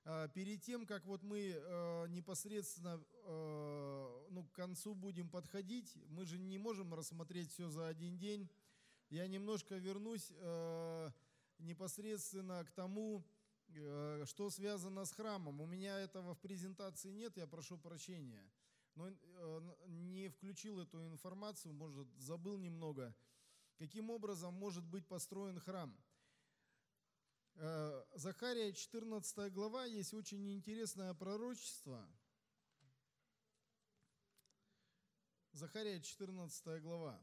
Перед тем, как вот мы непосредственно к концу будем подходить, мы же не можем рассмотреть все за один день. Я немножко вернусь непосредственно к тому, что связано с храмом. У меня этого в презентации нет, я прошу прощения. Но не включил эту информацию, может, забыл немного. Каким образом может быть построен храм? Захария 14 глава, есть очень интересное пророчество. Захария 14 глава.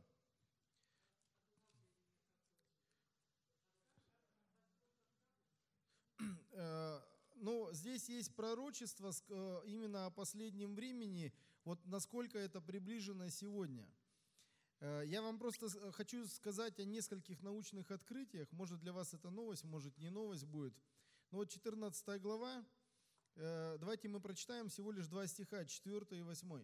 Но здесь есть пророчество именно о последнем времени, вот насколько это приближено сегодня. Я вам просто хочу сказать о нескольких научных открытиях. Может, для вас это новость, может, не новость будет. Но вот 14 глава, давайте мы прочитаем всего лишь 2 стиха, 4 и 8.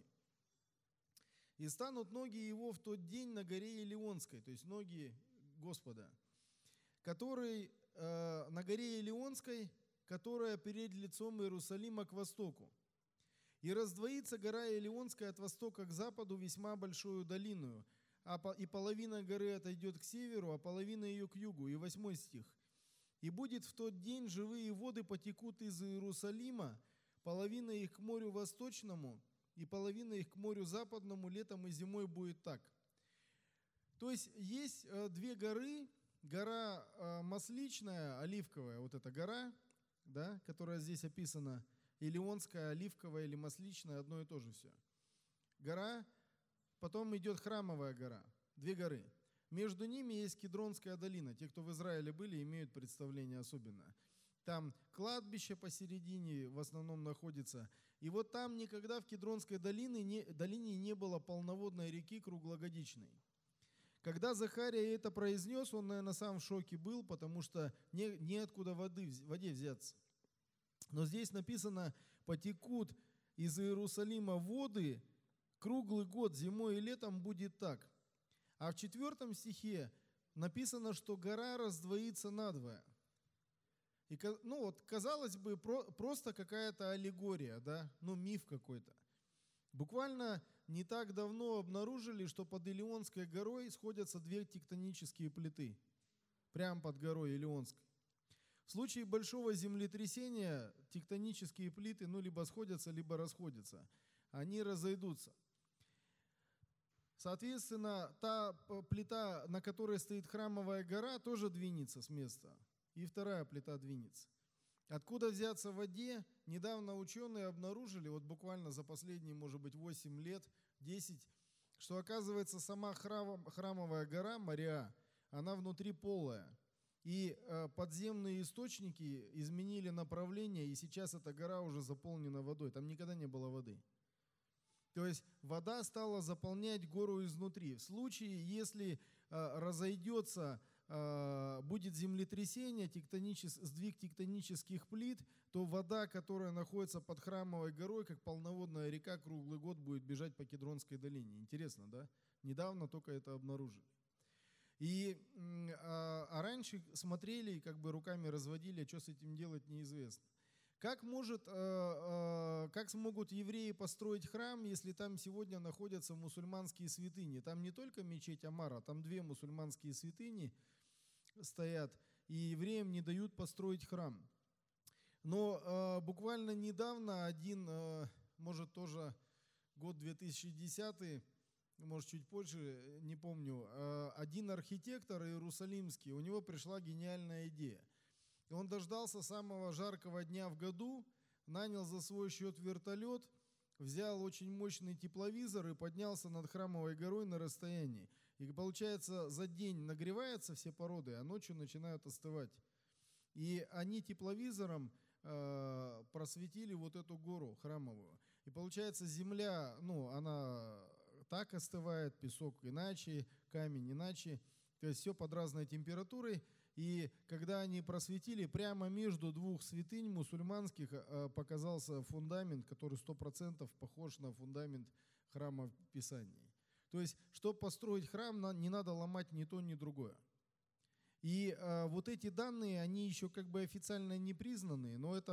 «И станут ноги его в тот день на горе Илионской», то есть ноги Господа, который на горе Илионской, которая перед лицом Иерусалима к востоку. «И раздвоится гора Илионская от востока к западу весьма большую долиною, и половина горы отойдет к северу, а половина ее к югу». И 8 стих. «И будет в тот день живые воды потекут из Иерусалима, половина их к морю восточному, и половина их к морю западному, летом и зимой будет так». То есть есть две горы, гора Масличная, Оливковая, вот эта гора, да, которая здесь описана, Илионская, Оливковая или Масличная, одно и то же все. Гора, потом идет Храмовая гора, две горы. Между ними есть Кедронская долина. Те, кто в Израиле были, имеют представление особенное. Там кладбище посередине в основном находится. И вот там никогда в Кедронской долине не было полноводной реки круглогодичной. Когда Захария это произнес, он, наверное, сам в шоке был, потому что неоткуда воде взяться. Но здесь написано: потекут из Иерусалима воды круглый год, зимой и летом будет так. А в 4 стихе написано, что гора раздвоится надвое. И, казалось бы, просто какая-то аллегория, да? Миф какой-то. Буквально не так давно обнаружили, что под Илионской горой сходятся две тектонические плиты. Прямо под горой Илионской. В случае большого землетрясения тектонические плиты либо сходятся, либо расходятся. Они разойдутся. Соответственно, та плита, на которой стоит Храмовая гора, тоже двинется с места. И вторая плита двинется. Откуда взяться в воде? Недавно ученые обнаружили, вот буквально за последние, может быть, 8 лет, 10, что, оказывается, сама Храмовая гора, Мориа, она внутри полая. И подземные источники изменили направление, и сейчас эта гора уже заполнена водой. Там никогда не было воды. То есть вода стала заполнять гору изнутри. В случае, если разойдется, будет землетрясение, сдвиг тектонических плит, то вода, которая находится под Храмовой горой, как полноводная река, круглый год будет бежать по Кедронской долине. Интересно, да? Недавно только это обнаружили. И раньше смотрели, как бы руками разводили, а что с этим делать, неизвестно. Как смогут евреи построить храм, если там сегодня находятся мусульманские святыни? Там не только мечеть Амара, там 2 мусульманские святыни стоят, и евреям не дают построить храм. Но буквально недавно может тоже год 2010, может чуть позже, не помню, один архитектор иерусалимский, у него пришла гениальная идея. И он дождался самого жаркого дня в году, нанял за свой счет вертолет, взял очень мощный тепловизор и поднялся над Храмовой горой на расстоянии. И получается, за день нагреваются все породы, а ночью начинают остывать. И они тепловизором просветили вот эту гору храмовую. И получается, земля, она так остывает, песок иначе, камень иначе. То есть все под разной температурой. И когда они просветили, прямо между 2 святынь мусульманских показался фундамент, который 100% похож на фундамент храма в Писании. То есть, чтобы построить храм, не надо ломать ни то, ни другое. И вот эти данные, они еще как бы официально не признаны, но это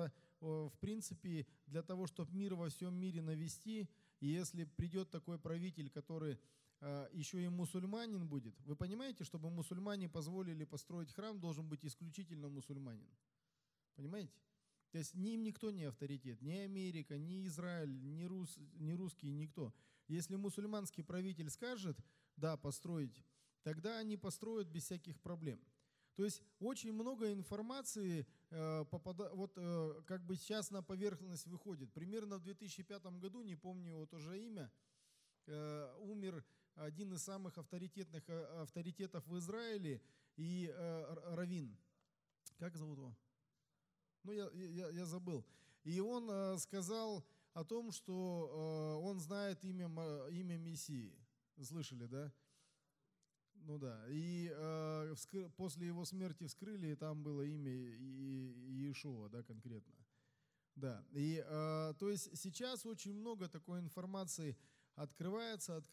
в принципе, для того, чтобы мир во всем мире навести, и если придет такой правитель, который еще и мусульманин будет, вы понимаете, чтобы мусульмане позволили построить храм, должен быть исключительно мусульманин. Понимаете? То есть им никто не авторитет, ни Америка, ни Израиль, ни русские, никто. Если мусульманский правитель скажет, да, построить, тогда они построят без всяких проблем. То есть очень много информации как бы сейчас на поверхность выходит. Примерно в 2005 году, не помню вот уже имя, умер один из самых авторитетов в Израиле, и раввин. Как зовут его? Ну, я забыл. И он сказал о том, что он знает имя Мессии. Слышали, да? Ну да. И после его смерти вскрыли, и там было имя Иешуа, да, конкретно. Да. И то есть сейчас очень много такой информации открывается.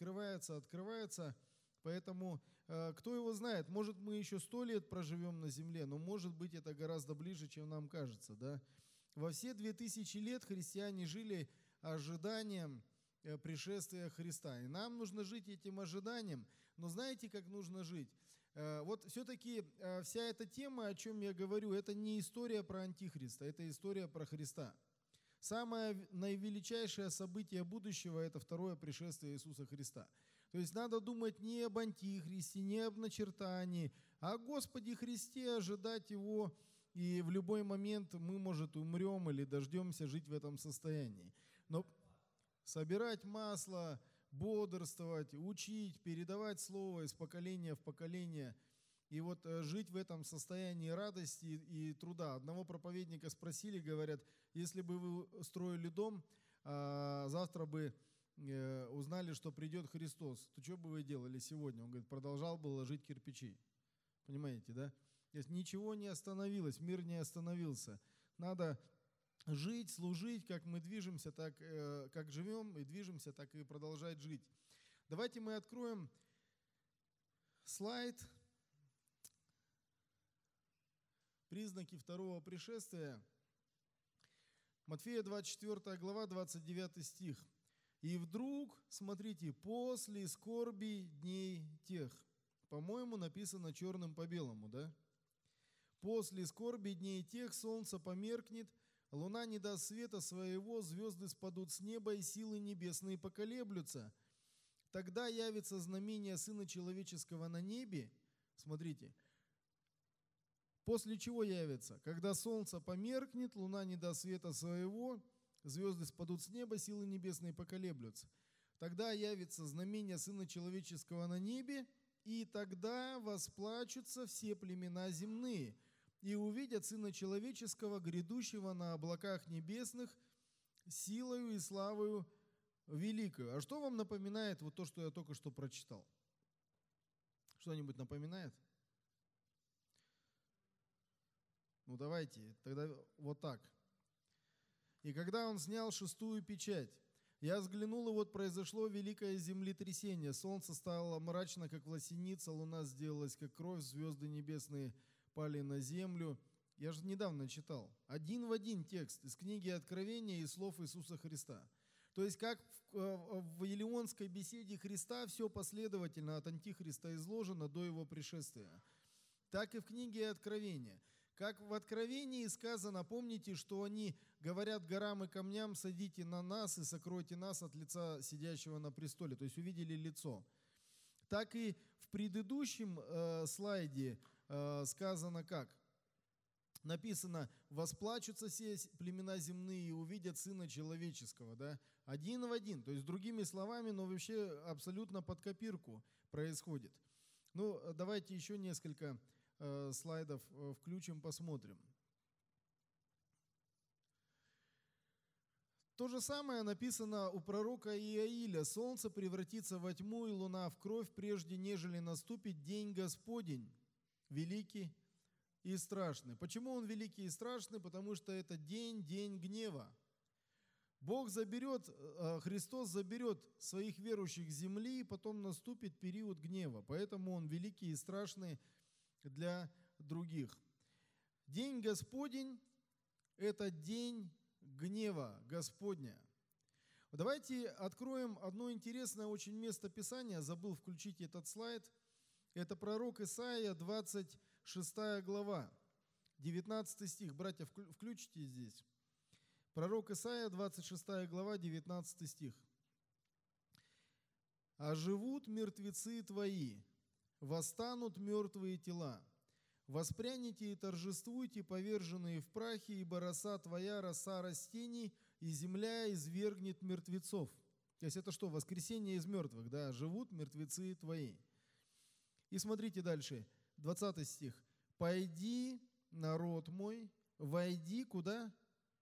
Поэтому кто его знает, может, мы еще 100 лет проживем на земле, но может быть это гораздо ближе, чем нам кажется. Да? Во все 2000 лет христиане жили ожиданием пришествия Христа. И нам нужно жить этим ожиданием. Но знаете, как нужно жить? Вот все-таки вся эта тема, о чем я говорю, это не история про Антихриста, это история про Христа. Самое наивеличайшее событие будущего – это второе пришествие Иисуса Христа. То есть надо думать не об Антихристе, не об начертании, а о Господе Христе, ожидать Его, и в любой момент мы, может, умрем или дождемся жить в этом состоянии. Но собирать масло, бодрствовать, учить, передавать Слово из поколения в поколение, и вот жить в этом состоянии радости и труда. Одного проповедника спросили, говорят, если бы вы строили дом, завтра бы узнали, что придет Христос, то что бы вы делали сегодня? Он говорит, продолжал бы ложить кирпичи. Понимаете, да? То есть ничего не остановилось, мир не остановился. Надо жить, служить, как мы движемся, так как живем и движемся, так и продолжать жить. Давайте мы откроем слайд. Признаки второго пришествия. Матфея 24 глава, 29 стих. «И вдруг, смотрите, после скорби дней тех». По-моему, написано черным по белому, да? «После скорби дней тех солнце померкнет, луна не даст света своего, звезды спадут с неба, и силы небесные поколеблются. Тогда явится знамение Сына Человеческого на небе». Смотрите. После чего явится? Когда солнце померкнет, луна не даст света своего, звезды спадут с неба, силы небесные поколеблются. Тогда явится знамение Сына Человеческого на небе, и тогда восплачутся все племена земные, и увидят Сына Человеческого, грядущего на облаках небесных, силою и славою великою. А что вам напоминает вот то, что я только что прочитал? Что-нибудь напоминает? Ну давайте, тогда вот так. «И когда он снял шестую печать, я взглянул, и вот произошло великое землетрясение. Солнце стало мрачно, как власеница, луна сделалась, как кровь, звезды небесные пали на землю». Я же недавно читал. Один в один текст из книги Откровения и слов Иисуса Христа. То есть как в Елеонской беседе Христа все последовательно от Антихриста изложено до его пришествия, так и в книге Откровения. Как в Откровении сказано, помните, что они говорят горам и камням, садите на нас и сокройте нас от лица сидящего на престоле. То есть увидели лицо. Так и в предыдущем слайде сказано как? Написано, восплачутся все племена земные и увидят Сына Человеческого. Да? Один в один. То есть другими словами, но вообще абсолютно под копирку происходит. Ну, давайте еще несколько слайдов включим, посмотрим. То же самое написано у пророка Иаиля. «Солнце превратится во тьму, и луна в кровь, прежде нежели наступит день Господень, великий и страшный». Почему он великий и страшный? Потому что это день гнева. Бог заберет, Христос заберет своих верующих с земли, и потом наступит период гнева. Поэтому он великий и страшный для других. День Господень это день гнева Господня. Давайте откроем одно интересное очень место Писания. Забыл включить этот слайд. Это пророк Исаия, 26 глава, 19 стих. Братья, включите здесь. Пророк Исаия, 26 глава, 19 стих. «А живут мертвецы твои, восстанут мертвые тела. Воспряните и торжествуйте, поверженные в прахе, ибо роса твоя, роса растений, и земля извергнет мертвецов». То есть это что? Воскресение из мертвых, да? «Живут мертвецы твои». И смотрите дальше, 20 стих. «Пойди, народ мой, войди куда?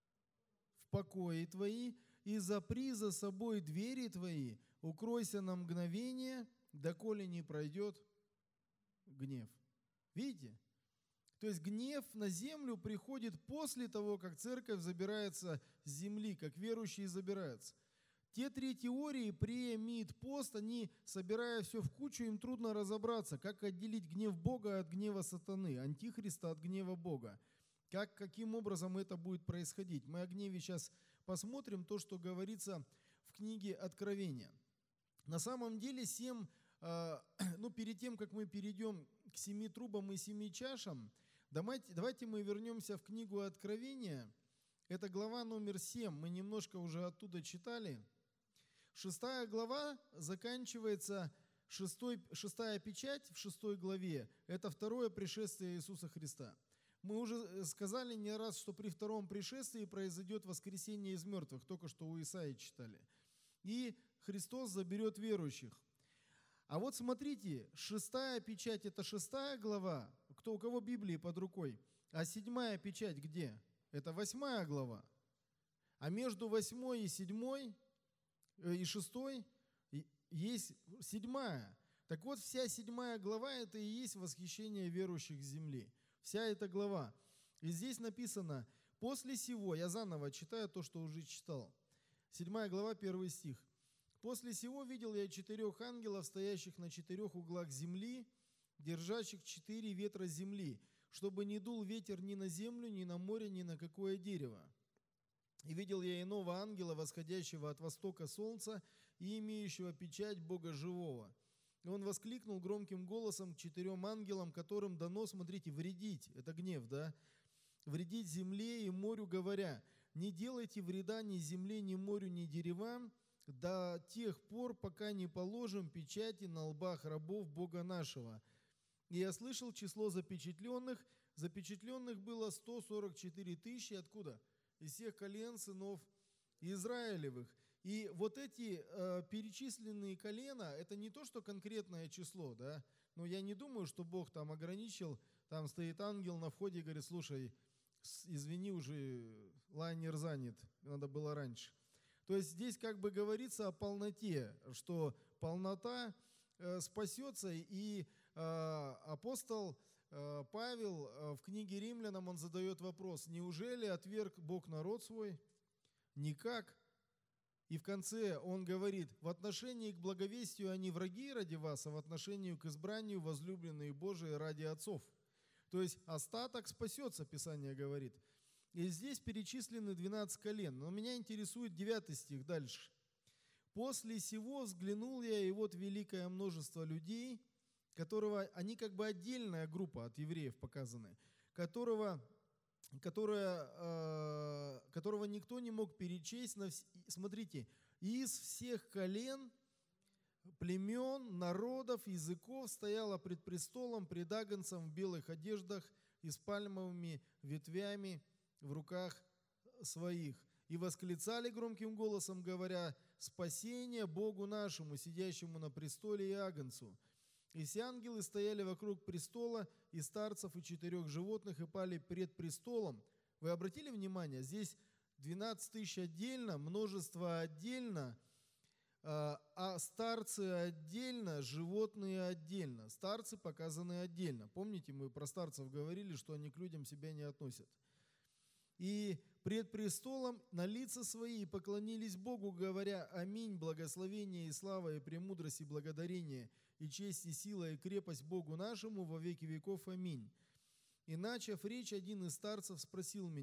В покои твои, и запри за собой двери твои, укройся на мгновение, доколе не пройдет гнев». Видите? То есть гнев на землю приходит после того, как церковь забирается с земли, как верующие забираются. Те три теории, пре, мид, пост, они, собирая все в кучу, им трудно разобраться, как отделить гнев Бога от гнева сатаны, антихриста от гнева Бога. Каким образом это будет происходить? Мы о гневе сейчас посмотрим, то, что говорится в книге Откровения. На самом деле перед тем, как мы перейдем к 7 трубам и 7 чашам, давайте мы вернемся в книгу Откровения. Это глава номер 7, мы немножко уже оттуда читали. 6 глава заканчивается, 6 печать в 6 главе, это второе пришествие Иисуса Христа. Мы уже сказали не раз, что при втором пришествии произойдет воскресение из мертвых, только что у Исаии читали. И Христос заберет верующих. А вот смотрите, 6 печать – это 6 глава, у кого Библии под рукой, а 7 печать где? Это 8 глава. А между 8 и 7 и 6 есть 7. Так вот, вся 7 глава – это и есть восхищение верующих земли. Вся эта глава. И здесь написано, после сего, я заново читаю то, что уже читал. 7 глава, 1 стих. «После сего видел я 4 ангелов, стоящих на 4 углах земли, держащих 4 ветра земли, чтобы не дул ветер ни на землю, ни на море, ни на какое дерево. И видел я иного ангела, восходящего от востока солнца и имеющего печать Бога живого. И он воскликнул громким голосом к 4 ангелам, которым дано, смотрите, вредить, это гнев, да, вредить земле и морю, говоря, не делайте вреда ни земле, ни морю, ни деревам, до тех пор, пока не положим печати на лбах рабов Бога нашего. И я слышал число запечатленных. Запечатленных было 144 тысячи. Откуда? Из всех колен сынов Израилевых. И вот эти перечисленные колена, это не то, что конкретное число, да. Но я не думаю, что Бог там ограничил. Там стоит ангел на входе и говорит, слушай, извини, уже лайнер занят, надо было раньше. То есть здесь как бы говорится о полноте, что полнота спасется. И апостол Павел в книге Римлянам, он задает вопрос, неужели отверг Бог народ свой? Никак. И в конце он говорит, в отношении к благовестию они враги ради вас, а в отношении к избранию возлюбленные Божии ради отцов. То есть остаток спасется, Писание говорит. И здесь перечислены 12 колен. Но меня интересует 9 стих дальше. «После сего взглянул я, и вот великое множество людей, они как бы отдельная группа от евреев показаны, которого никто не мог перечесть. Смотрите, из всех колен, племен, народов, языков стояло пред престолом, пред агнцем в белых одеждах и с пальмовыми ветвями в руках своих. И восклицали громким голосом, говоря, спасение Богу нашему, сидящему на престоле и агнцу. И все ангелы стояли вокруг престола, и старцев, и 4 животных, и пали пред престолом». Вы обратили внимание, здесь 12 тысяч отдельно, множество отдельно, а старцы отдельно, животные отдельно. Старцы показаны отдельно. Помните, мы про старцев говорили, что они к людям себя не относят. И пред престолом на лица свои поклонились Богу, говоря, аминь, благословение и слава, и премудрость, и благодарение, и честь, и сила, и крепость Богу нашему во веки веков, аминь. И начав речь, один из старцев спросил меня,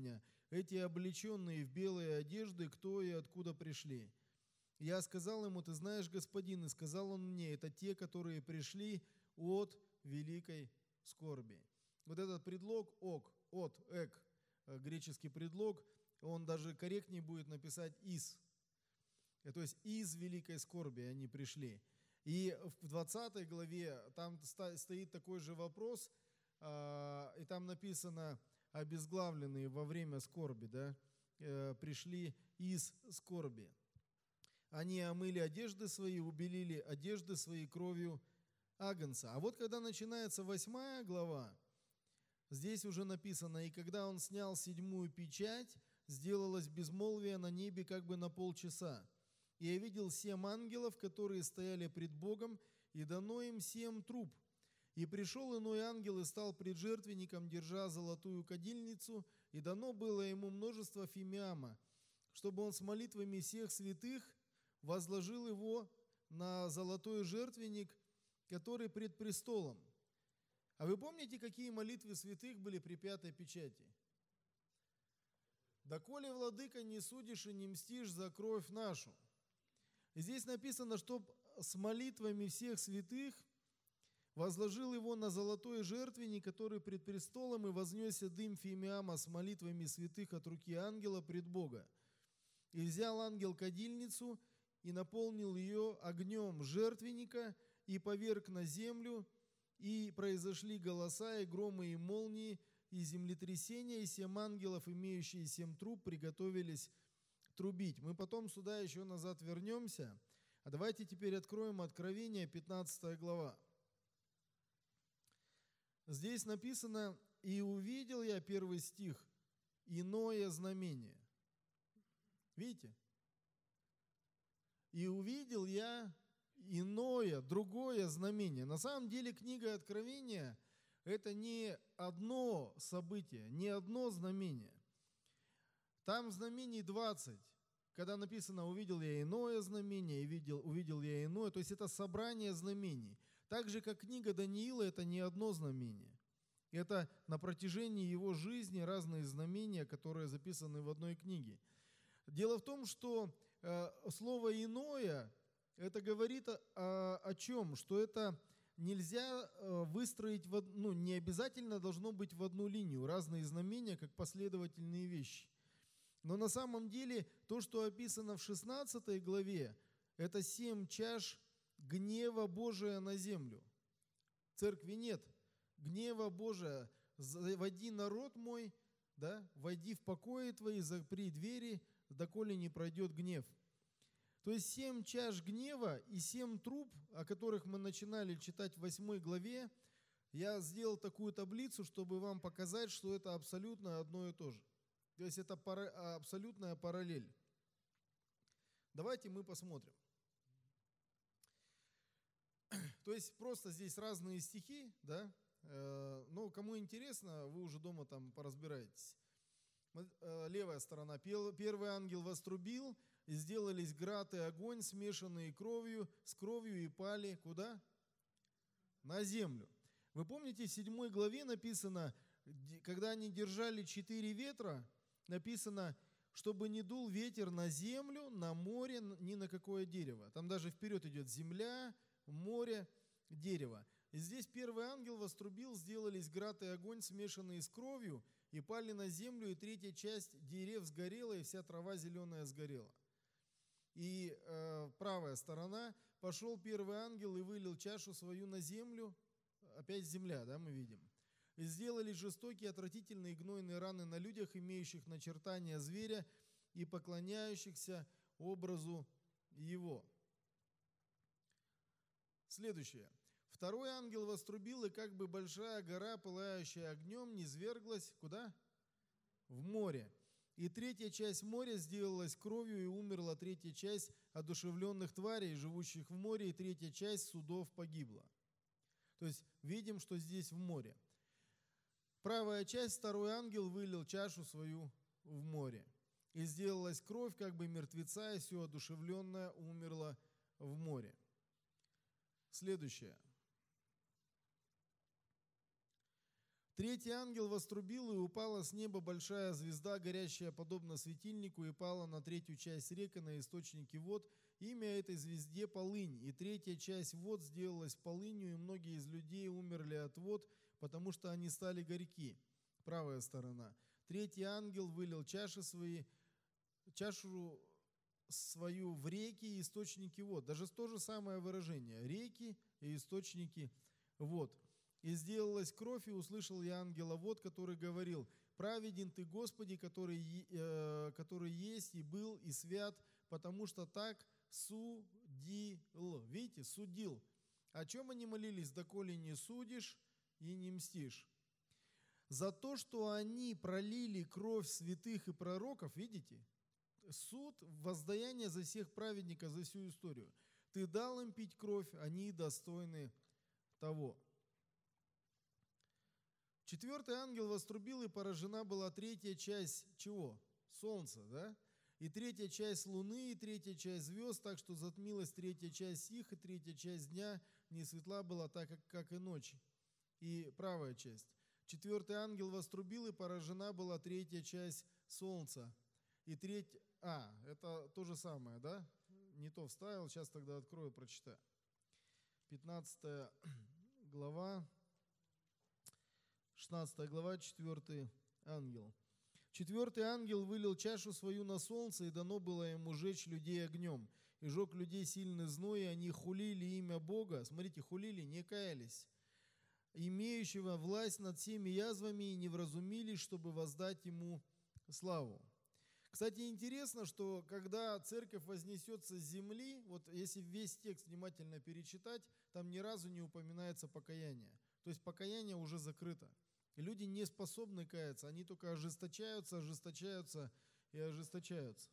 эти облеченные в белые одежды, кто и откуда пришли? Я сказал ему: ты знаешь, господин, и сказал он мне: это те, которые пришли от великой скорби. Вот этот предлог эк, греческий предлог, он даже корректнее будет написать из. То есть из великой скорби они пришли. И в 20 главе там стоит такой же вопрос, и там написано: обезглавленные во время скорби, да, пришли из скорби. Они омыли одежды свои, убелили одежды свои кровью агнца. А вот когда начинается 8 глава, здесь уже написано: и когда он снял 7 печать, сделалось безмолвие на небе как бы на полчаса. И я видел 7 ангелов, которые стояли пред Богом, и дано им 7 труб. И пришел иной ангел и стал пред жертвенником, держа золотую кадильницу, и дано было ему множество фимиама, чтобы он с молитвами всех святых возложил его на золотой жертвенник, который пред престолом. А вы помните, какие молитвы святых были при 5 печати? «Доколе, владыка, не судишь и не мстишь за кровь нашу». И здесь написано, чтоб с молитвами всех святых возложил его на золотой жертвенник, который пред престолом, и вознесся дым фимиама с молитвами святых от руки ангела пред Бога. И взял ангел кадильницу и наполнил ее огнем жертвенника и поверг на землю, и произошли голоса, и громы, и молнии, и землетрясения, и 7 ангелов, имеющие 7 труб, приготовились трубить. Мы потом сюда еще назад вернемся. А давайте теперь откроем Откровение, 15 глава. Здесь написано: «И увидел я», 1 стих, «иное знамение». Видите? «И увидел я иное, другое знамение». На самом деле книга Откровения – это не одно событие, не одно знамение. Там знамений 20. Когда написано: «увидел я иное знамение», увидел я иное, то есть это собрание знамений. Так же, как книга Даниила – это не одно знамение. Это на протяжении его жизни разные знамения, которые записаны в одной книге. Дело в том, что слово «иное» это говорит о чем? Что это нельзя выстроить, не обязательно должно быть в одну линию, разные знамения, как последовательные вещи. Но на самом деле то, что описано в 16 главе, это 7 чаш гнева Божия на землю. Церкви нет. Гнева Божия. «Води народ мой, да, войди в покои твои, запри двери, доколе не пройдет гнев». То есть 7 чаш гнева и 7 труб, о которых мы начинали читать в 8 главе, я сделал такую таблицу, чтобы вам показать, что это абсолютно одно и то же. То есть это абсолютная параллель. Давайте мы посмотрим. То есть просто здесь разные стихи, да? Но кому интересно, вы уже дома там поразбираетесь. Левая сторона. Первый ангел вострубил, и сделались град и огонь, смешанные с кровью, и пали куда? На землю. Вы помните, в 7 главе написано, когда они держали 4 ветра, написано, чтобы не дул ветер на землю, на море, ни на какое дерево. Там даже вперед идет земля, море, дерево. И здесь первый ангел вострубил, сделались град и огонь, смешанные с кровью, и пали на землю, и 3 часть дерев сгорела, и вся трава зеленая сгорела. И правая сторона, пошел первый ангел и вылил чашу свою на землю, опять земля, да, мы видим. И сделали жестокие, отвратительные и гнойные раны на людях, имеющих начертания зверя и поклоняющихся образу его. Следующее. Второй ангел вострубил, и как бы большая гора, пылающая огнем, низверглась куда? В море. И 3 часть моря сделалась кровью, и умерла 3 часть одушевленных тварей, живущих в море, и 3 часть судов погибла. То есть видим, что здесь в море. Правая часть, второй ангел вылил чашу свою в море. И сделалась кровь, как бы мертвеца, и все одушевленное умерло в море. Следующее. Третий ангел вострубил, и упала с неба большая звезда, горящая подобно светильнику, и пала на третью часть рек и на источники вод. Имя этой звезде Полынь, и третья часть вод сделалась полынью, и многие из людей умерли от вод, потому что они стали горьки. Правая сторона. Третий ангел вылил чашу свою в реки и источники вод. Даже то же самое выражение. Реки и источники вод. И сделалась кровь, и услышал я ангела вод, который говорил: праведен ты, Господи, который есть и был, и свят, потому что так судил. Видите, судил. О чем они молились? Доколе не судишь и не мстишь. За то, что они пролили кровь святых и пророков, видите, суд, воздаяние за всех праведников, за всю историю. Ты дал им пить кровь, они достойны того. Четвертый ангел вострубил, и поражена была третья часть чего? Солнца, да? И третья часть луны, и третья часть звезд, так что затмилась третья часть их, и третья часть дня не светла была, так как и ночь. И правая часть. Четвертый ангел вострубил, и поражена была третья часть солнца. И третья... это то же самое, да? Не то вставил, сейчас тогда открою, прочитаю. 15 глава, 16 глава, 4 ангел. Четвертый ангел вылил чашу свою на солнце, и дано было ему жечь людей огнем. И жег людей сильный зной, и они хулили имя Бога. Смотрите, хулили, не каялись. Имеющего власть над всеми язвами, и не вразумились, чтобы воздать ему славу. Кстати, интересно, что когда церковь вознесется с земли, вот если весь текст внимательно перечитать, там ни разу не упоминается покаяние. То есть покаяние уже закрыто. И люди не способны каяться, они только ожесточаются и ожесточаются.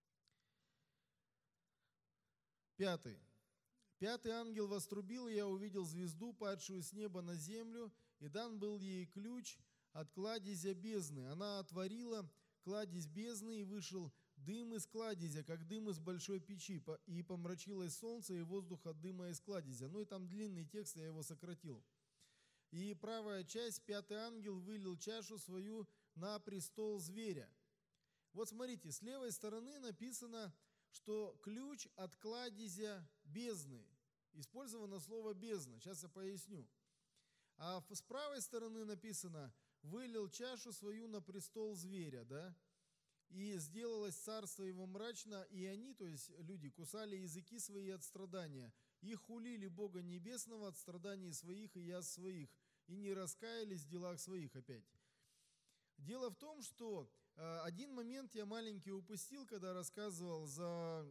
Пятый ангел вострубил, и я увидел звезду, падшую с неба на землю, и дан был ей ключ от кладезя бездны. Она отворила кладезь бездны, и вышел дым из кладезя, как дым из большой печи, и помрачилось солнце, и воздух от дыма из кладезя. Ну и там длинный текст, я его сократил. И правая часть, пятый ангел вылил чашу свою на престол зверя. Вот смотрите, с левой стороны написано, что ключ от кладезя бездны. Использовано слово бездна, сейчас я поясню. А с правой стороны написано: вылил чашу свою на престол зверя, да? И сделалось царство его мрачно, и они, то есть люди, кусали языки свои от страдания, и хулили Бога Небесного от страданий своих и язв своих, и не раскаялись в делах своих опять. Дело в том, что один момент я маленький упустил, когда рассказывал за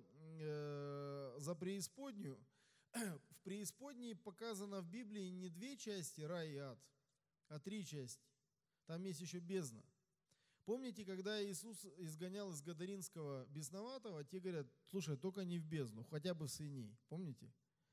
преисподнюю. В преисподней показано в Библии не 2 части, рай и ад, а 3 части. Там есть еще бездна. Помните, когда Иисус изгонял из Гадаринского бесноватого, те говорят: слушай, только не в бездну, хотя бы в свиней. Помните?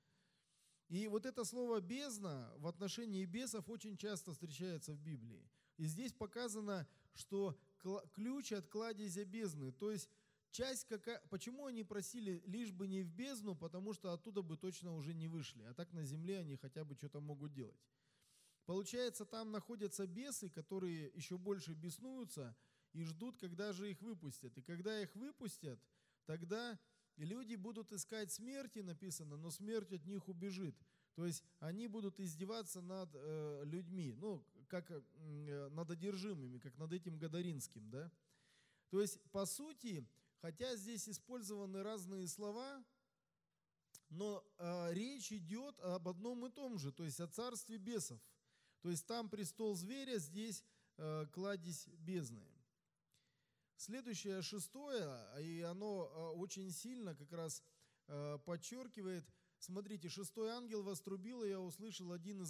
И вот это слово «бездна» в отношении бесов очень часто встречается в Библии. И здесь показано, что ключ от кладезя бездны. То есть часть почему они просили лишь бы не в бездну, потому что оттуда бы точно уже не вышли. А так на земле они хотя бы что-то могут делать. Получается, там находятся бесы, которые еще больше беснуются и ждут, когда же их выпустят. И когда их выпустят, тогда люди будут искать смерти, написано, но смерть от них убежит. То есть они будут издеваться над людьми, ну, как над одержимыми, как над этим Гадаринским, да. То есть, по сути, хотя здесь использованы разные слова, но речь идет об одном и том же, то есть о царстве бесов. То есть там престол зверя, здесь кладезь бездны. Следующее, 6, и оно очень сильно как раз подчеркивает. Смотрите, 6 ангел вострубил, и я услышал один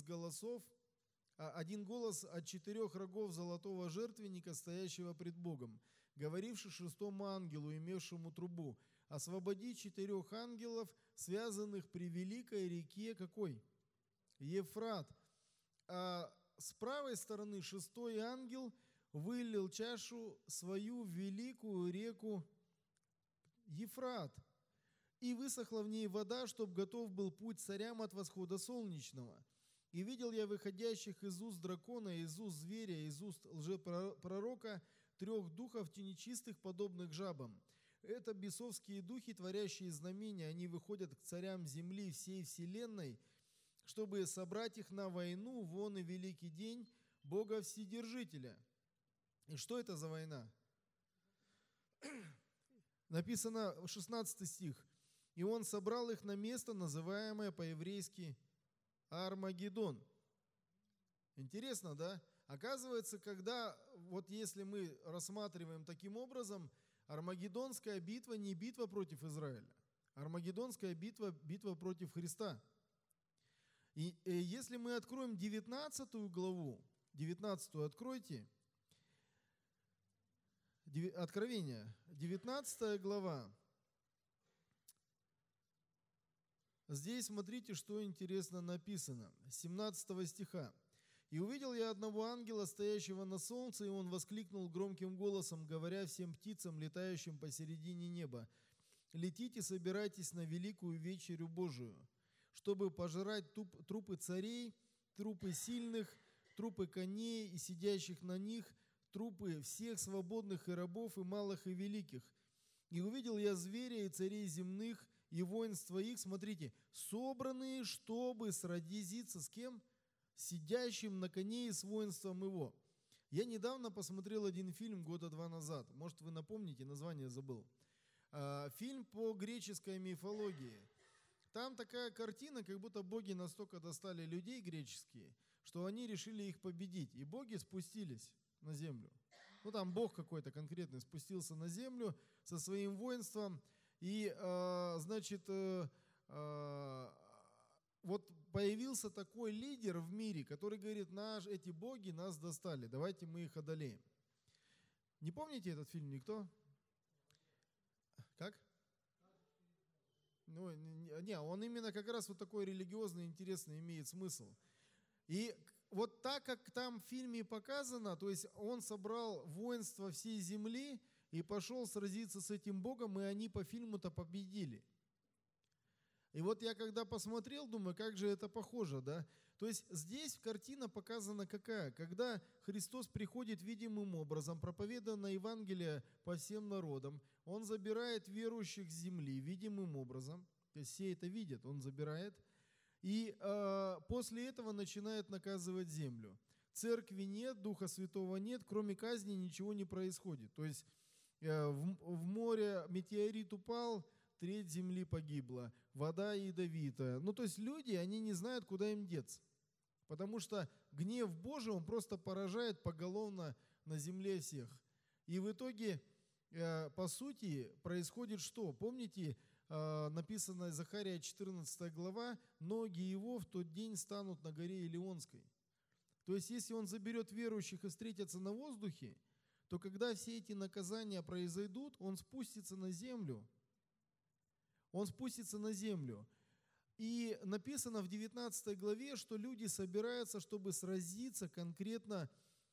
голос от 4 рогов золотого жертвенника, стоящего пред Богом, говоривший 6 ангелу, имевшему трубу: освободи 4 ангелов, связанных при великой реке какой? Евфрат. А с правой стороны 6 ангел вылил чашу свою в великую реку Евфрат, и высохла в ней вода, чтоб готов был путь царям от восхода солнечного. И видел я выходящих из уст дракона, из уст зверя, из уст лжепророка 3 духов нечистых, подобных жабам. Это бесовские духи, творящие знамения. Они выходят к царям земли всей вселенной, чтобы собрать их на войну, вон и великий день Бога Вседержителя. И что это за война? Написано 16 стих. И он собрал их на место, называемое по-еврейски Армагеддон. Интересно, да? Оказывается, когда, вот если мы рассматриваем таким образом, Армагеддонская битва не битва против Израиля. Армагеддонская битва – битва против Христа. И если мы откроем 19 главу, 19 откройте, Откровение, 19 глава. Здесь смотрите, что интересно написано, 17 стиха. «И увидел я одного ангела, стоящего на солнце, и он воскликнул громким голосом, говоря всем птицам, летающим посередине неба: летите, собирайтесь на великую вечерю Божию, чтобы пожрать трупы царей, трупы сильных, трупы коней и сидящих на них, трупы всех свободных и рабов, и малых, и великих. И увидел я зверя и царей земных, и воинства их», смотрите, «собранные, чтобы сразиться с кем? Сидящим на коне и с воинством его». Я недавно посмотрел один фильм 2 года назад. Может, вы напомните, название забыл. Фильм по греческой мифологии. Там такая картина, как будто боги настолько достали людей греческие, что они решили их победить. И боги спустились на землю. Ну, там бог какой-то конкретный спустился на землю со своим воинством. И, вот появился такой лидер в мире, который говорит: эти боги нас достали, давайте мы их одолеем. Не помните этот фильм никто? Как? Ну, не, он именно как раз вот такой религиозный, интересный имеет смысл. И вот так, как там в фильме показано, то есть он собрал воинство всей земли и пошел сразиться с этим Богом, и они по фильму-то победили. И вот я когда посмотрел, думаю, как же это похоже, да? То есть здесь картина показана какая? Когда Христос приходит видимым образом, проповедуя на Евангелие по всем народам, Он забирает верующих с земли видимым образом, то есть все это видят, Он забирает, и после этого начинает наказывать землю. Церкви нет, Духа Святого нет, кроме казни ничего не происходит. То есть в море метеорит упал, треть земли погибла, вода ядовитая. Ну, то есть люди, они не знают, куда им деться. Потому что гнев Божий, он просто поражает поголовно на земле всех. И в итоге, по сути, происходит что? Помните, написано Захария 14 глава, «Ноги его в тот день станут на горе Илионской». То есть, если он заберет верующих и встретятся на воздухе, то когда все эти наказания произойдут, он спустится на землю. Он спустится на землю. И написано в 19 главе, что люди собираются, чтобы сразиться конкретно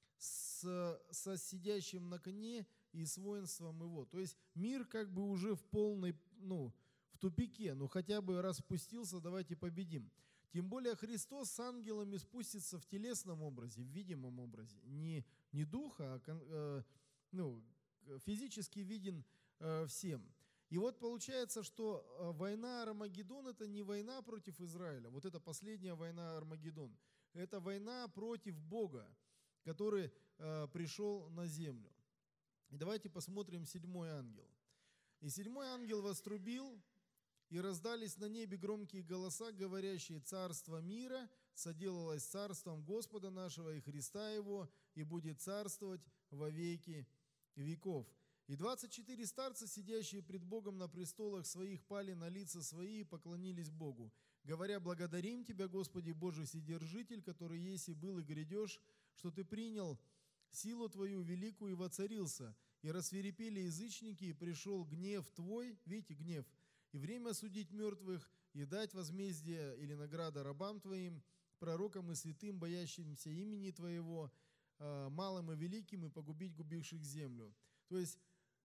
со сидящим на коне и с воинством его. То есть мир как бы уже в полной, в тупике. хотя бы раз спустился, давайте победим. Тем более Христос с ангелами спустится в телесном образе, в видимом образе. Не духа, а физически виден всем. И вот получается, что война Армагеддон – это не война против Израиля. Вот это последняя война Армагеддон. Это война против Бога, который пришел на землю. И давайте посмотрим 7-й ангел. «И 7-й ангел вострубил, и раздались на небе громкие голоса, говорящие: царство мира соделалось царством Господа нашего и Христа Его, и будет царствовать во веки веков. И 24 старца, сидящие пред Богом на престолах своих, пали на лица свои и поклонились Богу, говоря: благодарим Тебя, Господи Божий Вседержитель, который есть и был и грядешь, что Ты принял силу Твою великую и воцарился. И рассвирепели язычники, и пришел гнев Твой», видите, гнев, «и время судить мертвых, и дать возмездие или награда рабам Твоим, пророкам и святым, боящимся имени Твоего, малым и великим, и погубить губивших землю». То есть,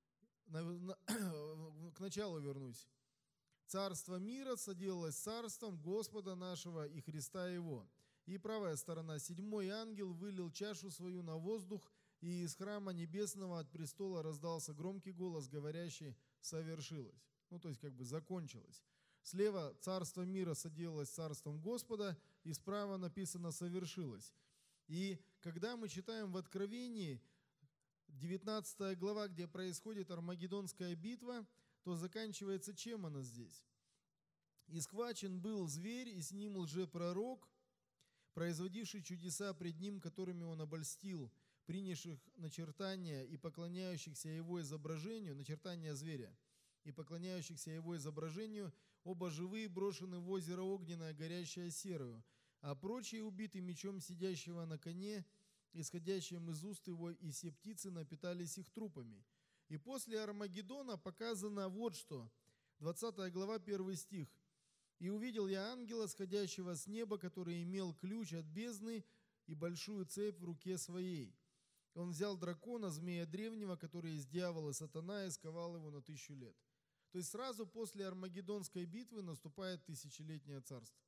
к началу вернусь. «Царство мира соделалось царством Господа нашего и Христа Его, И правая сторона. 7-й ангел вылил чашу свою на воздух, и из храма небесного от престола раздался громкий голос, говорящий: «Совершилось». Ну, то есть как бы закончилось. Слева царство мира соделалось царством Господа, и справа написано «совершилось». И когда мы читаем в Откровении 19 глава, где происходит Армагеддонская битва, то заканчивается чем она здесь? «И схвачен был зверь, и с ним лжепророк, производивший чудеса пред ним, которыми он обольстил принявших начертания и поклоняющихся его изображению, начертания зверя, и поклоняющихся его изображению, оба живые брошены в озеро огненное, горящее серою, а прочие убиты мечом сидящего на коне, исходящим из уст его, и все птицы напитались их трупами». И после Армагеддона показано вот что. 20 глава, 1 стих. «И увидел я ангела, сходящего с неба, который имел ключ от бездны и большую цепь в руке своей. Он взял дракона, змея древнего, который есть дьявол и сатана, и сковал его на 1000 лет». То есть сразу после Армагеддонской битвы наступает тысячелетнее царство.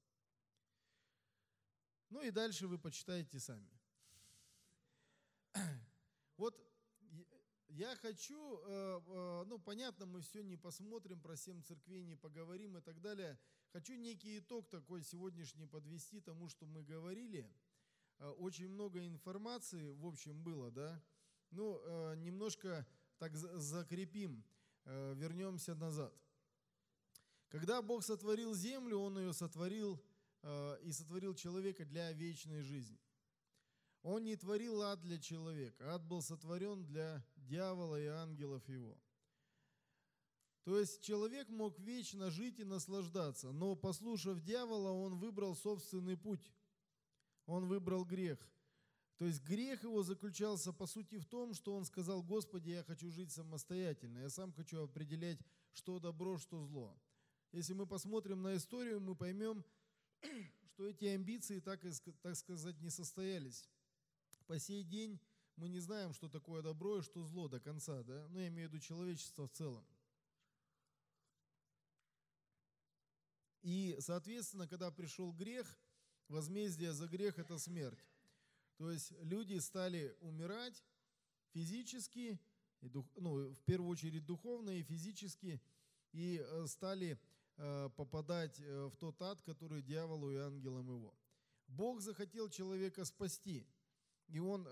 Ну и дальше вы почитаете сами. Вот я хочу, ну понятно, мы все не посмотрим, про 7 церквей не поговорим и так далее. Хочу некий итог такой сегодняшний подвести тому, что мы говорили. Очень много информации, в общем, было, да. Ну, немножко так закрепим, вернемся назад. Когда Бог сотворил землю, Он ее сотворил и сотворил человека для вечной жизни. Он не творил ад для человека. Ад был сотворен для дьявола и ангелов его. То есть человек мог вечно жить и наслаждаться, но, послушав дьявола, он выбрал собственный путь. Он выбрал грех. То есть грех его заключался, по сути, в том, что он сказал: «Господи, я хочу жить самостоятельно, я сам хочу определять, что добро, что зло». Если мы посмотрим на историю, мы поймем, что эти амбиции, так сказать, не состоялись. По сей день мы не знаем, что такое добро и что зло до конца, да? Ну, я имею в виду человечество в целом. И, соответственно, когда пришел грех, возмездие за грех – это смерть. То есть люди стали умирать физически, в первую очередь духовно и физически, и стали попадать в тот ад, который дьяволу и ангелам его. Бог захотел человека спасти, и Он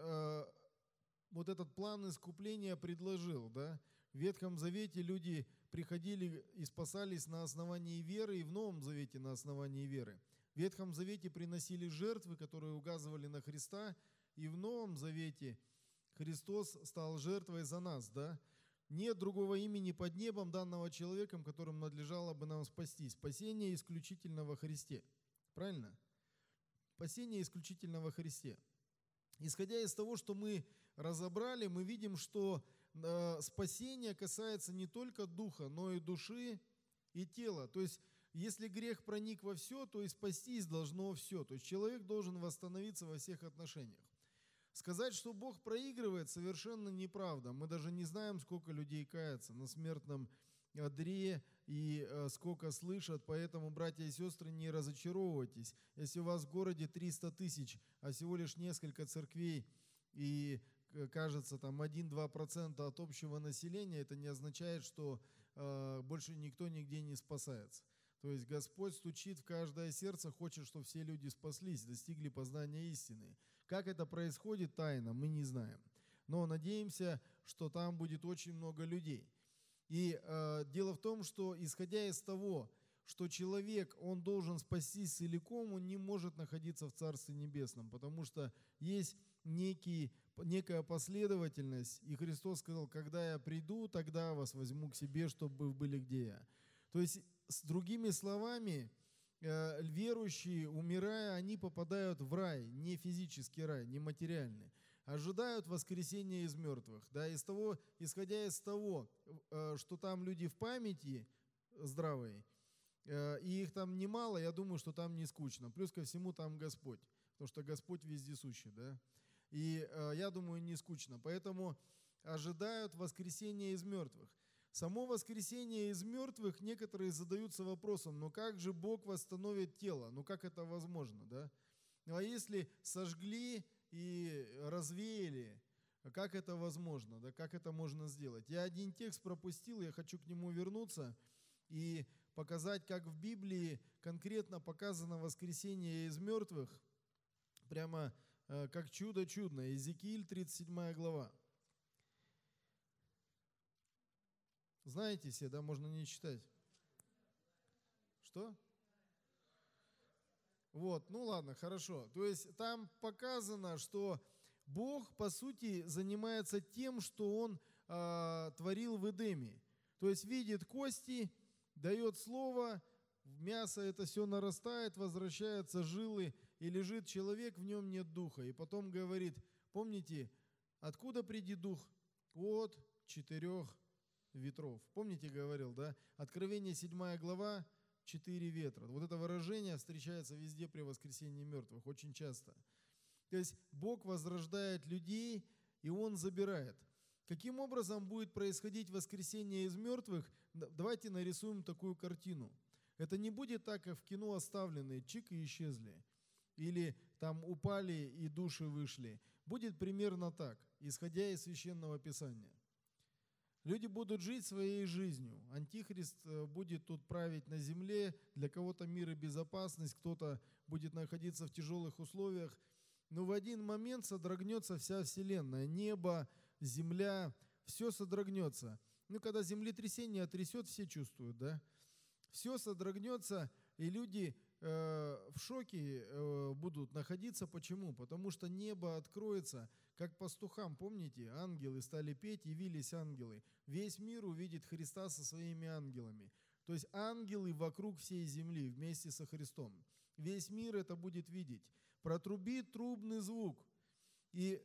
вот этот план искупления предложил. Да? В Ветхом Завете люди приходили и спасались на основании веры, и в Новом Завете на основании веры. В Ветхом Завете приносили жертвы, которые указывали на Христа, и в Новом Завете Христос стал жертвой за нас. Да? Нет другого имени под небом, данного человеком, которым надлежало бы нам спастись. Спасение исключительно во Христе. Правильно? Спасение исключительно во Христе. Исходя из того, что мы разобрали, мы видим, что спасение касается не только духа, но и души и тела. То есть, если грех проник во все, то и спастись должно все. То есть, человек должен восстановиться во всех отношениях. Сказать, что Бог проигрывает, совершенно неправда. Мы даже не знаем, сколько людей кается на смертном одре и сколько слышат. Поэтому, братья и сестры, не разочаровывайтесь. Если у вас в городе 300 тысяч, а всего лишь несколько церквей и, кажется, там 1-2% от общего населения, это не означает, что больше никто нигде не спасается. То есть Господь стучит в каждое сердце, хочет, чтобы все люди спаслись, достигли познания истины. Как это происходит, тайна, мы не знаем. Но надеемся, что там будет очень много людей. И дело в том, что исходя из того, что человек, он должен спастись целиком, он не может находиться в Царстве Небесном, потому что есть некая последовательность. И Христос сказал: «Когда я приду, тогда вас возьму к себе, чтобы вы были где я». То есть, с другими словами, верующие, умирая, они попадают в рай, не физический рай, не материальный, ожидают воскресения из мертвых. Да, исходя из того, что там люди в памяти здравые, и их там немало, я думаю, что там не скучно. Плюс ко всему там Господь, потому что Господь вездесущий. Да? И я думаю, не скучно. Поэтому ожидают воскресения из мертвых. Само воскресение из мертвых, некоторые задаются вопросом: ну как же Бог восстановит тело? Ну как это возможно? Да? Ну а если сожгли и развеяли, как это возможно, да, как это можно сделать? Я один текст пропустил, я хочу к нему вернуться и показать, как в Библии конкретно показано воскресение из мертвых, прямо как чудо чудное. Иезекииль, 37 глава. Знаете все, да, можно не читать. Что? Вот, ну ладно, хорошо. То есть там показано, что Бог, по сути, занимается тем, что Он творил в Эдеме. То есть видит кости, дает слово, мясо это все нарастает, возвращаются жилы, и лежит человек, в нем нет духа. И потом говорит, помните, откуда придет дух? От 4 ветров. Помните, говорил, да? Откровение 7 глава, 4 ветра. Вот это выражение встречается везде при воскресении мертвых, очень часто. То есть Бог возрождает людей, и Он забирает. Каким образом будет происходить воскресение из мертвых? Давайте нарисуем такую картину. Это не будет так, как в кино оставленные, чик и исчезли. Или там упали и души вышли. Будет примерно так, исходя из Священного Писания. Люди будут жить своей жизнью. Антихрист будет тут править на земле. Для кого-то мир и безопасность, кто-то будет находиться в тяжелых условиях. Но в один момент содрогнется вся вселенная. Небо, земля, все содрогнется. Ну, когда землетрясение трясет, все чувствуют, да? Все содрогнется, и люди в шоке будут находиться. Почему? Потому что небо откроется, как пастухам, помните, ангелы стали петь, явились ангелы. Весь мир увидит Христа со своими ангелами. То есть ангелы вокруг всей земли вместе со Христом. Весь мир это будет видеть. Протрубит трубный звук, и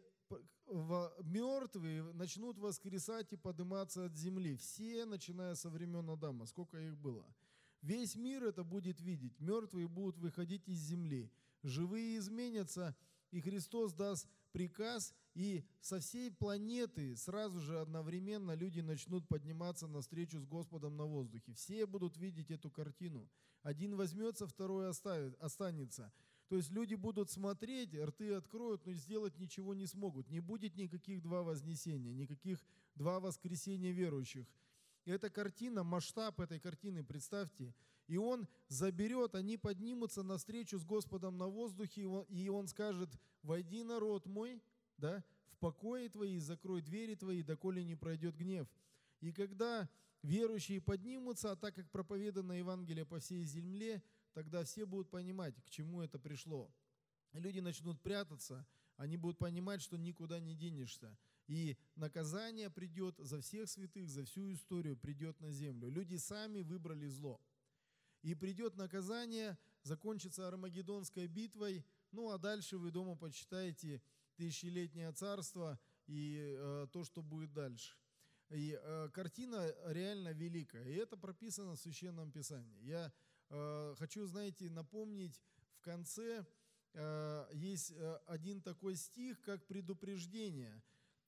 мертвые начнут воскресать и подниматься от земли. Все, начиная со времен Адама, сколько их было. Весь мир это будет видеть. Мертвые будут выходить из земли. Живые изменятся, и Христос даст приказ, и со всей планеты сразу же одновременно люди начнут подниматься навстречу с Господом на воздухе. Все будут видеть эту картину. Один возьмется, второй останется. То есть люди будут смотреть, рты откроют, но сделать ничего не смогут. Не будет никаких 2 вознесения, никаких 2 воскресения верующих. И эта картина, масштаб этой картины, представьте, и Он заберет, они поднимутся навстречу с Господом на воздухе, и Он скажет: «Войди, народ мой, да, в покои твои, закрой двери твои, доколе не пройдет гнев». И когда верующие поднимутся, а так как проповедано Евангелие по всей земле, тогда все будут понимать, к чему это пришло. И люди начнут прятаться, они будут понимать, что никуда не денешься. И наказание придет за всех святых, за всю историю придет на землю. Люди сами выбрали зло. И придет наказание, закончится Армагеддонской битвой, ну а дальше вы дома почитаете тысячелетнее царство и то, что будет дальше. И картина реально великая, и это прописано в Священном Писании. Я хочу, знаете, напомнить, в конце есть один такой стих, как предупреждение.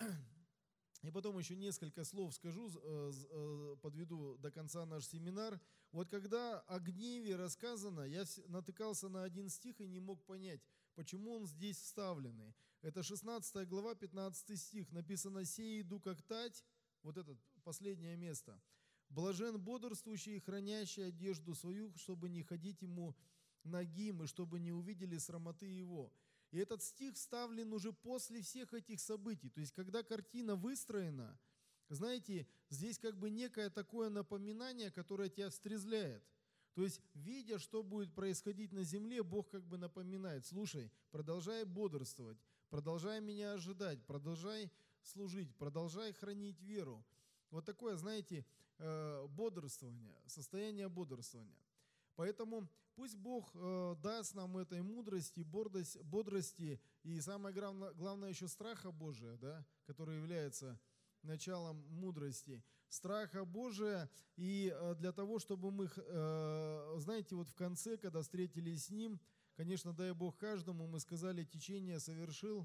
И потом еще несколько слов скажу, подведу до конца наш семинар. Вот когда о гневе рассказано, я натыкался на один стих и не мог понять, почему он здесь вставленный. Это 16 глава, 15 стих. Написано: «Сей иду как тать», вот это последнее место. «Блажен бодрствующий и хранящий одежду свою, чтобы не ходить ему нагим, и чтобы не увидели срамоты его». И этот стих вставлен уже после всех этих событий. То есть, когда картина выстроена, знаете, здесь как бы некое такое напоминание, которое тебя встрезляет. То есть, видя, что будет происходить на земле, Бог как бы напоминает: слушай, продолжай бодрствовать, продолжай меня ожидать, продолжай служить, продолжай хранить веру. Вот такое, знаете, бодрствование, состояние бодрствования. Поэтому пусть Бог даст нам этой мудрости, бодрости и самое главное еще страха Божия, да, который является началом мудрости. Страха Божия, и для того, чтобы мы, знаете, вот в конце, когда встретились с Ним, конечно, дай Бог каждому, мы сказали: течение совершил,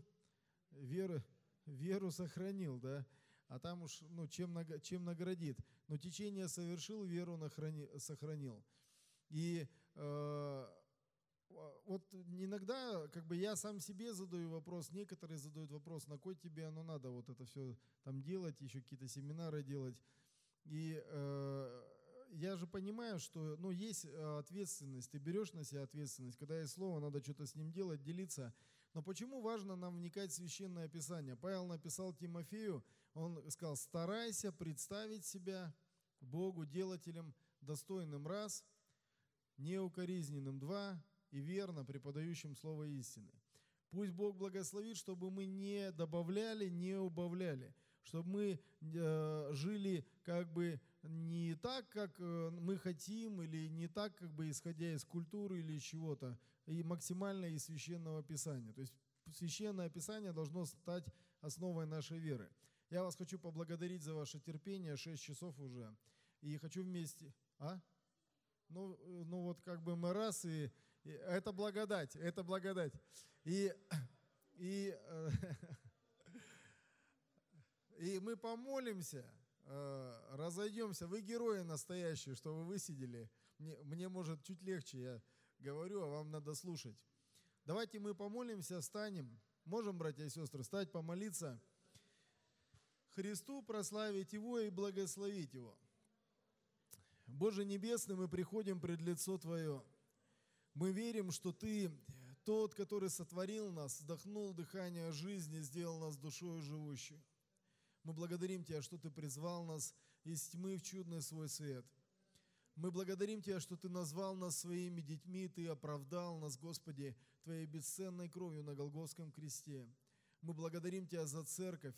веру сохранил, да, а там уж, ну, чем наградит. Но течение совершил, веру сохранил. И вот иногда как бы я сам себе задаю вопрос, некоторые задают вопрос, на кой тебе оно надо, вот это все там делать, еще какие-то семинары делать. И я же понимаю, что ну, есть ответственность, ты берешь на себя ответственность, когда есть слово, надо что-то с ним делать, делиться. Но почему важно нам вникать в Священное Писание? Павел написал Тимофею, он сказал, старайся представить себя Богу делателем достойным раз, неукоризненным два и верно преподающим слово истины. Пусть Бог благословит, чтобы мы не добавляли, не убавляли, чтобы мы жили как бы не так, как мы хотим, или не так, как бы исходя из культуры или из чего-то, и максимально из Священного Писания. То есть Священное Писание должно стать основой нашей веры. Я вас хочу поблагодарить за ваше терпение, 6 часов уже, и хочу вместе... Ну вот как бы мы раз, и это благодать, это благодать. И мы помолимся, разойдемся. Вы герои настоящие, что вы высидели. Мне может чуть легче, я говорю, а вам надо слушать. Давайте мы помолимся, встанем. Можем, братья и сестры, встать, помолиться. Христу прославить Его и благословить Его. Боже Небесный, мы приходим пред лицо Твое. Мы верим, что Ты тот, который сотворил нас, вдохнул дыхание жизни, сделал нас душою живущей. Мы благодарим Тебя, что Ты призвал нас из тьмы в чудный свой свет. Мы благодарим Тебя, что Ты назвал нас своими детьми, Ты оправдал нас, Господи, Твоей бесценной кровью на Голгофском кресте. Мы благодарим Тебя за церковь,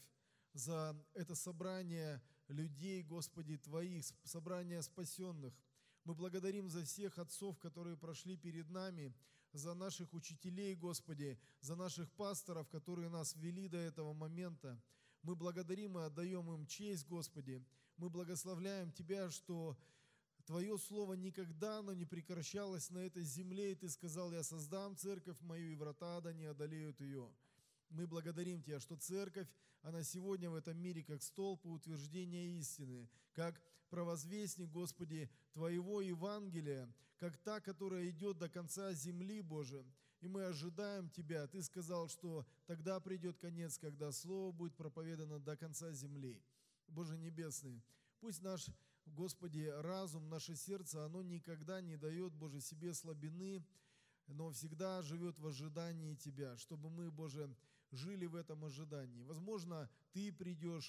за это собрание людей, Господи, Твоих, собрание спасенных. Мы благодарим за всех отцов, которые прошли перед нами, за наших учителей, Господи, за наших пасторов, которые нас вели до этого момента. Мы благодарим и отдаем им честь, Господи. Мы благословляем Тебя, что Твое Слово никогда оно не прекращалось на этой земле, и Ты сказал, я создам церковь мою, и врата ада не одолеют ее. Мы благодарим Тебя, что церковь, она сегодня в этом мире как столб утверждения истины, как провозвестник, Господи, Твоего Евангелия, как та, которая идет до конца земли, Боже. И мы ожидаем Тебя. Ты сказал, что тогда придет конец, когда Слово будет проповедано до конца земли. Боже Небесный, пусть наш, Господи, разум, наше сердце, оно никогда не дает, Боже, себе слабины, но всегда живет в ожидании Тебя, чтобы мы, Боже, жили в этом ожидании. Возможно, Ты придешь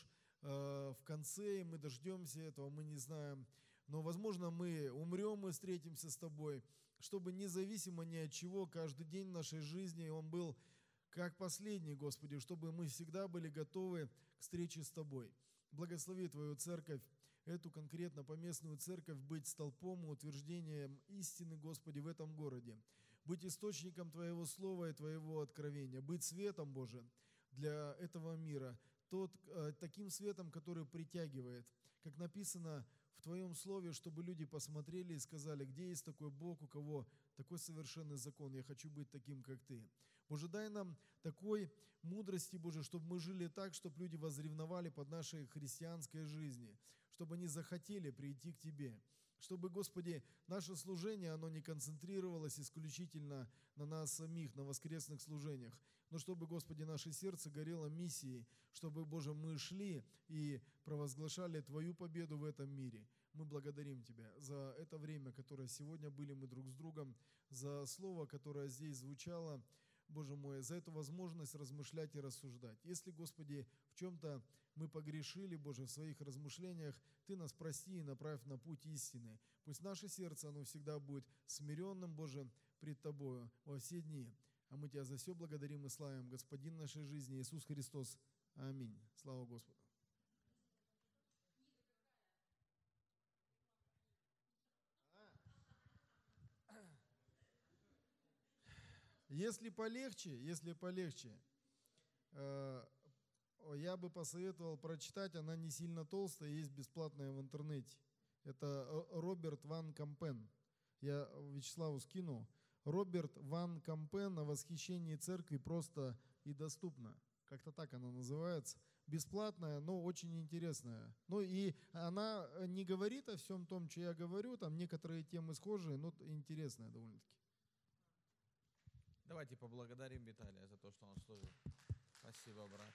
в конце, и мы дождемся этого, мы не знаем. Но, возможно, мы умрем и встретимся с Тобой, чтобы независимо ни от чего, каждый день нашей жизни он был как последний, Господи, чтобы мы всегда были готовы к встрече с Тобой. Благослови Твою церковь, эту конкретно поместную церковь, быть столпом и утверждением истины, Господи, в этом городе. Быть источником Твоего слова и Твоего откровения, быть светом, Боже, для этого мира, таким светом, который притягивает, как написано в Твоем слове, чтобы люди посмотрели и сказали, где есть такой Бог, у кого такой совершенный закон, я хочу быть таким, как Ты. Боже, дай нам такой мудрости, Боже, чтобы мы жили так, чтобы люди возревновали под нашей христианской жизни, чтобы они захотели прийти к Тебе. Чтобы, Господи, наше служение, оно не концентрировалось исключительно на нас самих, на воскресных служениях, но чтобы, Господи, наше сердце горело миссией, чтобы, Боже, мы шли и провозглашали Твою победу в этом мире. Мы благодарим Тебя за это время, которое сегодня были мы друг с другом, за слово, которое здесь звучало, Боже мой, за эту возможность размышлять и рассуждать. Если, Господи, в чем-то мы погрешили, Боже, в своих размышлениях, Ты нас прости и направь на путь истины. Пусть наше сердце, оно всегда будет смиренным, Боже, пред Тобою во все дни. А мы Тебя за все благодарим и славим, Господин нашей жизни, Иисус Христос. Аминь. Слава Господу. Если полегче, я бы посоветовал прочитать, она не сильно толстая, есть бесплатная в интернете. Это Роберт Ван Кампен. Я Вячеславу скину. Роберт Ван Кампен о восхищении церкви просто и доступно. Как-то так она называется. Бесплатная, но очень интересная. Ну и она не говорит о всем том, что я говорю, там некоторые темы схожие, но интересная довольно-таки. Давайте поблагодарим Виталия за то, что он служил. Спасибо, брат.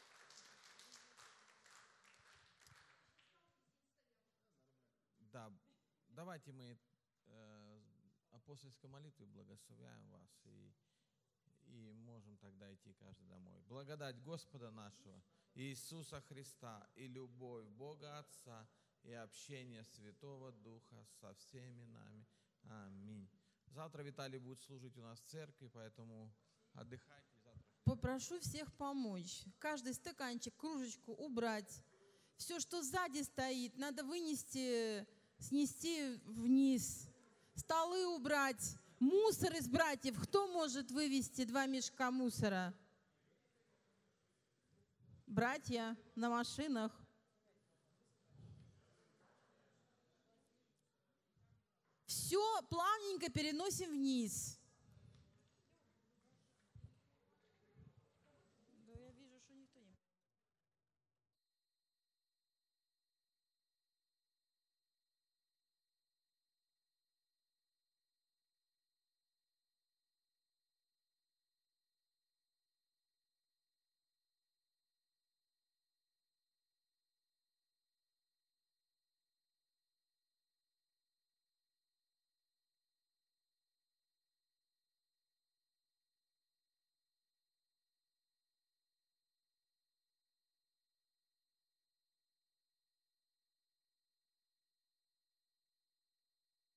Да, давайте мы апостольской молитвой благословляем вас и можем тогда идти каждый домой. Благодать Господа нашего Иисуса Христа и любовь Бога Отца и общение Святого Духа со всеми нами. Аминь. Завтра Виталий будет служить у нас в церкви, поэтому отдыхайте завтра. Попрошу всех помочь. Каждый стаканчик, кружечку убрать. Все, что сзади стоит, надо вынести, снести вниз. Столы убрать. Мусор из братьев. Кто может вывести 2 мешка мусора? Братья на машинах. Все плавненько переносим вниз.